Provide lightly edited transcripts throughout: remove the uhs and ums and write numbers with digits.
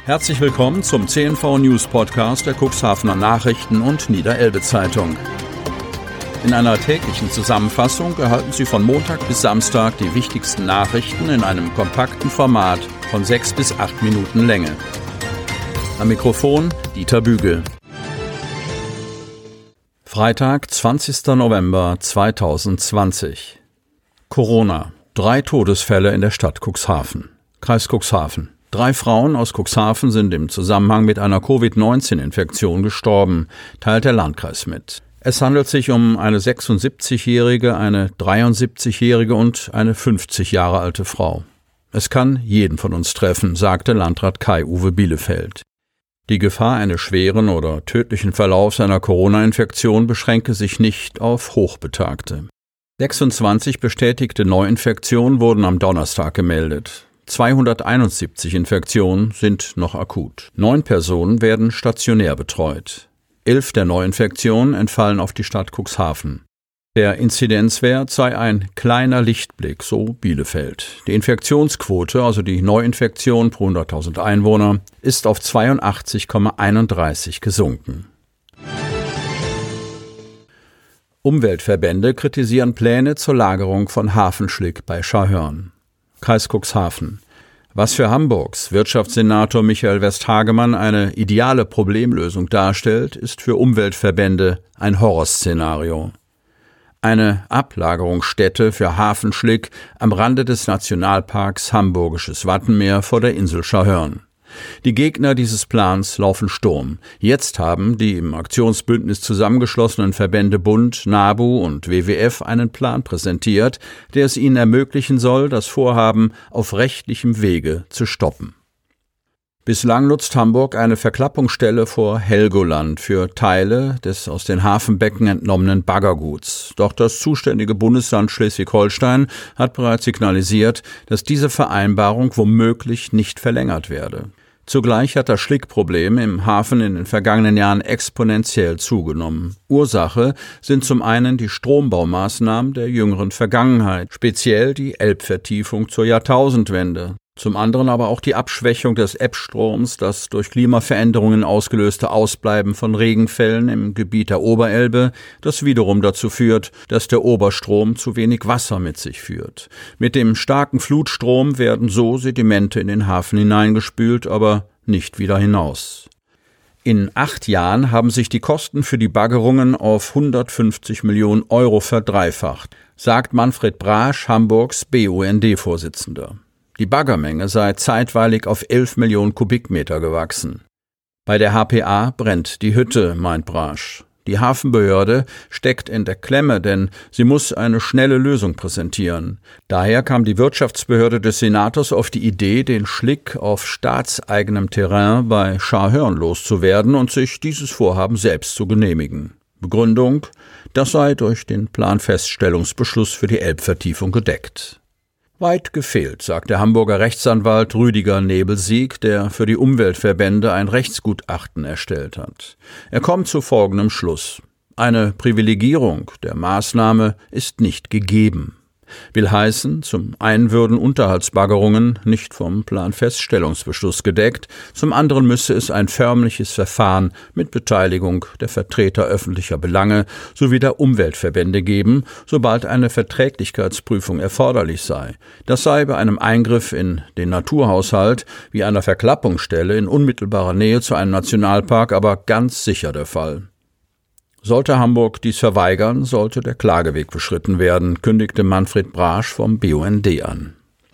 Herzlich willkommen zum CNV News Podcast der Cuxhavener Nachrichten und Niederelbe Zeitung. In einer täglichen Zusammenfassung erhalten Sie von Montag bis Samstag die wichtigsten Nachrichten in einem kompakten Format von 6 bis 8 Minuten Länge. Am Mikrofon Dieter Bügel. Freitag, 20. November 2020. Corona. 3 Todesfälle in der Stadt Cuxhaven. Kreis Cuxhaven. 3 Frauen aus Cuxhaven sind im Zusammenhang mit einer Covid-19-Infektion gestorben, teilt der Landkreis mit. Es handelt sich um eine 76-jährige, eine 73-jährige und eine 50 Jahre alte Frau. Es kann jeden von uns treffen, sagte Landrat Kai-Uwe Bielefeld. Die Gefahr eines schweren oder tödlichen Verlaufs einer Corona-Infektion beschränke sich nicht auf Hochbetagte. 26 bestätigte Neuinfektionen wurden am Donnerstag gemeldet. 271 Infektionen sind noch akut. 9 Personen werden stationär betreut. 11 der Neuinfektionen entfallen auf die Stadt Cuxhaven. Der Inzidenzwert sei ein kleiner Lichtblick, so Bielefeld. Die Infektionsquote, also die Neuinfektion pro 100.000 Einwohner, ist auf 82,31 gesunken. Umweltverbände kritisieren Pläne zur Lagerung von Hafenschlick bei Scharhörn. Kreis Cuxhaven. Was für Hamburgs Wirtschaftssenator Michael Westhagemann eine ideale Problemlösung darstellt, ist für Umweltverbände ein Horrorszenario. Eine Ablagerungsstätte für Hafenschlick am Rande des Nationalparks Hamburgisches Wattenmeer vor der Insel Scharhörn. Die Gegner dieses Plans laufen Sturm. Jetzt haben die im Aktionsbündnis zusammengeschlossenen Verbände Bund, NABU und WWF einen Plan präsentiert, der es ihnen ermöglichen soll, das Vorhaben auf rechtlichem Wege zu stoppen. Bislang nutzt Hamburg eine Verklappungsstelle vor Helgoland für Teile des aus den Hafenbecken entnommenen Baggerguts. Doch das zuständige Bundesland Schleswig-Holstein hat bereits signalisiert, dass diese Vereinbarung womöglich nicht verlängert werde. Zugleich hat das Schlickproblem im Hafen in den vergangenen Jahren exponentiell zugenommen. Ursache sind zum einen die Strombaumaßnahmen der jüngeren Vergangenheit, speziell die Elbvertiefung zur Jahrtausendwende. Zum anderen aber auch die Abschwächung des Ebbstroms, das durch Klimaveränderungen ausgelöste Ausbleiben von Regenfällen im Gebiet der Oberelbe, das wiederum dazu führt, dass der Oberstrom zu wenig Wasser mit sich führt. Mit dem starken Flutstrom werden so Sedimente in den Hafen hineingespült, aber nicht wieder hinaus. In 8 Jahren haben sich die Kosten für die Baggerungen auf 150 Millionen Euro verdreifacht, sagt Manfred Brasch, Hamburgs BUND-Vorsitzender. Die Baggermenge sei zeitweilig auf 11 Millionen Kubikmeter gewachsen. Bei der HPA brennt die Hütte, meint Brasch. Die Hafenbehörde steckt in der Klemme, denn sie muss eine schnelle Lösung präsentieren. Daher kam die Wirtschaftsbehörde des Senators auf die Idee, den Schlick auf staatseigenem Terrain bei Scharhörn loszuwerden und sich dieses Vorhaben selbst zu genehmigen. Begründung: Das sei durch den Planfeststellungsbeschluss für die Elbvertiefung gedeckt. Weit gefehlt, sagt der Hamburger Rechtsanwalt Rüdiger Nebelsieg, der für die Umweltverbände ein Rechtsgutachten erstellt hat. Er kommt zu folgendem Schluss: Eine Privilegierung der Maßnahme ist nicht gegeben. Will heißen, zum einen würden Unterhaltsbaggerungen nicht vom Planfeststellungsbeschluss gedeckt, zum anderen müsse es ein förmliches Verfahren mit Beteiligung der Vertreter öffentlicher Belange sowie der Umweltverbände geben, sobald eine Verträglichkeitsprüfung erforderlich sei. Das sei bei einem Eingriff in den Naturhaushalt wie einer Verklappungsstelle in unmittelbarer Nähe zu einem Nationalpark aber ganz sicher der Fall. Sollte Hamburg dies verweigern, sollte der Klageweg beschritten werden, kündigte Manfred Brasch vom BUND an.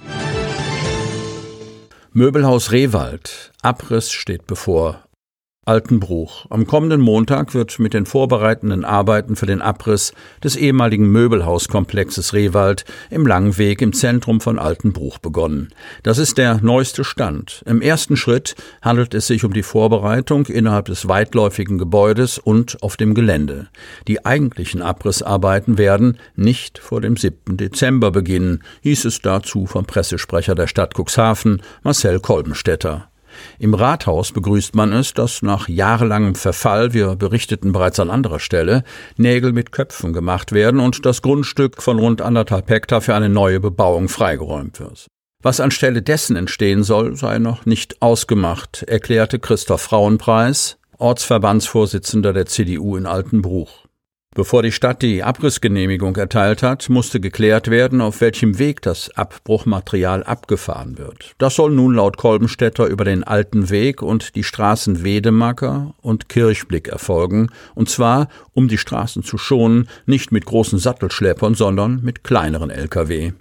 Möbelhaus Rehwald. Abriss steht bevor. Altenbruch. Am kommenden Montag wird mit den vorbereitenden Arbeiten für den Abriss des ehemaligen Möbelhauskomplexes Rehwald im Langen Weg im Zentrum von Altenbruch begonnen. Das ist der neueste Stand. Im ersten Schritt handelt es sich um die Vorbereitung innerhalb des weitläufigen Gebäudes und auf dem Gelände. Die eigentlichen Abrissarbeiten werden nicht vor dem 7. Dezember beginnen, hieß es dazu vom Pressesprecher der Stadt Cuxhaven, Marcel Kolbenstädter. Im Rathaus begrüßt man es, dass nach jahrelangem Verfall, wir berichteten bereits an anderer Stelle, Nägel mit Köpfen gemacht werden und das Grundstück von rund 1,5 Hektar für eine neue Bebauung freigeräumt wird. Was anstelle dessen entstehen soll, sei noch nicht ausgemacht, erklärte Christoph Frauenpreis, Ortsverbandsvorsitzender der CDU in Altenbruch. Bevor die Stadt die Abrissgenehmigung erteilt hat, musste geklärt werden, auf welchem Weg das Abbruchmaterial abgefahren wird. Das soll nun laut Kolbenstädter über den Alten Weg und die Straßen Wedemacker und Kirchblick erfolgen, und zwar, um die Straßen zu schonen, nicht mit großen Sattelschleppern, sondern mit kleineren Lkw.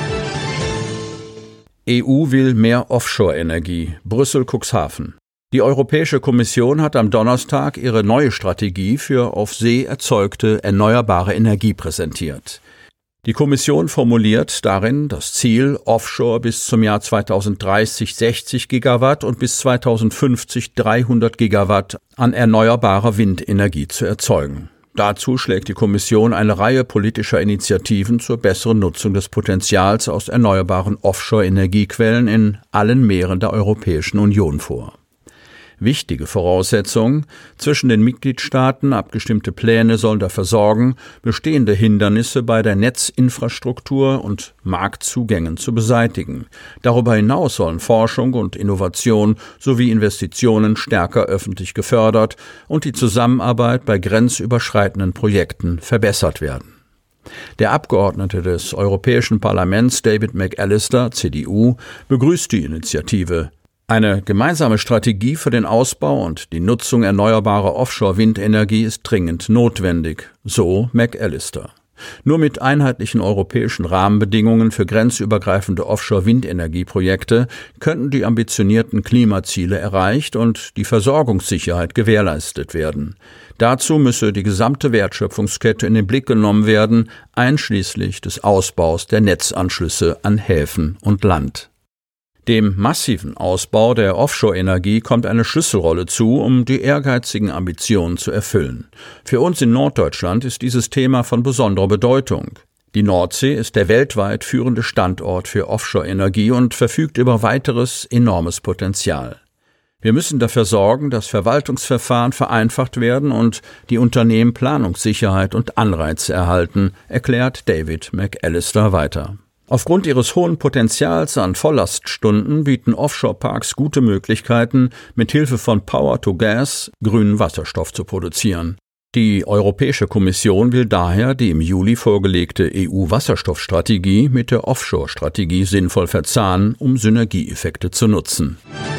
EU will mehr Offshore-Energie. Brüssel-Cuxhaven. Die Europäische Kommission hat am Donnerstag ihre neue Strategie für auf See erzeugte erneuerbare Energie präsentiert. Die Kommission formuliert darin das Ziel, offshore bis zum Jahr 2030 60 Gigawatt und bis 2050 300 Gigawatt an erneuerbarer Windenergie zu erzeugen. Dazu schlägt die Kommission eine Reihe politischer Initiativen zur besseren Nutzung des Potenzials aus erneuerbaren Offshore-Energiequellen in allen Meeren der Europäischen Union vor. Wichtige Voraussetzung: zwischen den Mitgliedstaaten abgestimmte Pläne sollen dafür sorgen, bestehende Hindernisse bei der Netzinfrastruktur und Marktzugängen zu beseitigen. Darüber hinaus sollen Forschung und Innovation sowie Investitionen stärker öffentlich gefördert und die Zusammenarbeit bei grenzüberschreitenden Projekten verbessert werden. Der Abgeordnete des Europäischen Parlaments David McAllister, CDU, begrüßt die Initiative. Eine gemeinsame Strategie für den Ausbau und die Nutzung erneuerbarer Offshore-Windenergie ist dringend notwendig, so McAllister. Nur mit einheitlichen europäischen Rahmenbedingungen für grenzübergreifende Offshore-Windenergieprojekte könnten die ambitionierten Klimaziele erreicht und die Versorgungssicherheit gewährleistet werden. Dazu müsse die gesamte Wertschöpfungskette in den Blick genommen werden, einschließlich des Ausbaus der Netzanschlüsse an Häfen und Land. Dem massiven Ausbau der Offshore-Energie kommt eine Schlüsselrolle zu, um die ehrgeizigen Ambitionen zu erfüllen. Für uns in Norddeutschland ist dieses Thema von besonderer Bedeutung. Die Nordsee ist der weltweit führende Standort für Offshore-Energie und verfügt über weiteres enormes Potenzial. Wir müssen dafür sorgen, dass Verwaltungsverfahren vereinfacht werden und die Unternehmen Planungssicherheit und Anreize erhalten, erklärt David McAllister weiter. Aufgrund ihres hohen Potenzials an Volllaststunden bieten Offshore-Parks gute Möglichkeiten, mit Hilfe von Power-to-Gas grünen Wasserstoff zu produzieren. Die Europäische Kommission will daher die im Juli vorgelegte EU-Wasserstoffstrategie mit der Offshore-Strategie sinnvoll verzahnen, um Synergieeffekte zu nutzen.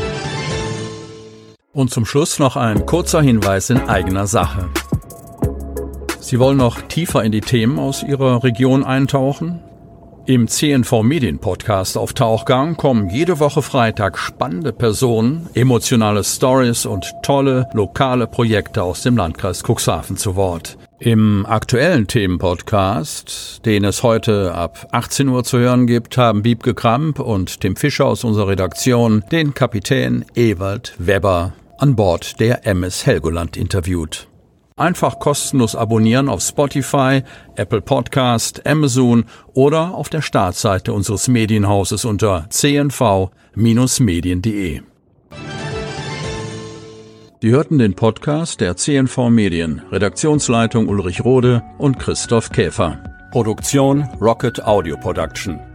Und zum Schluss noch ein kurzer Hinweis in eigener Sache. Sie wollen noch tiefer in die Themen aus Ihrer Region eintauchen? Im CNV Medien Podcast auf Tauchgang kommen jede Woche Freitag spannende Personen, emotionale Stories und tolle lokale Projekte aus dem Landkreis Cuxhaven zu Wort. Im aktuellen Themenpodcast, den es heute ab 18 Uhr zu hören gibt, haben Wiebke Kramp und Tim Fischer aus unserer Redaktion den Kapitän Ewald Weber an Bord der MS Helgoland interviewt. Einfach kostenlos abonnieren auf Spotify, Apple Podcast, Amazon oder auf der Startseite unseres Medienhauses unter cnv-medien.de. Sie hörten den Podcast der CNV Medien, Redaktionsleitung Ulrich Rode und Christoph Käfer. Produktion Rocket Audio Production.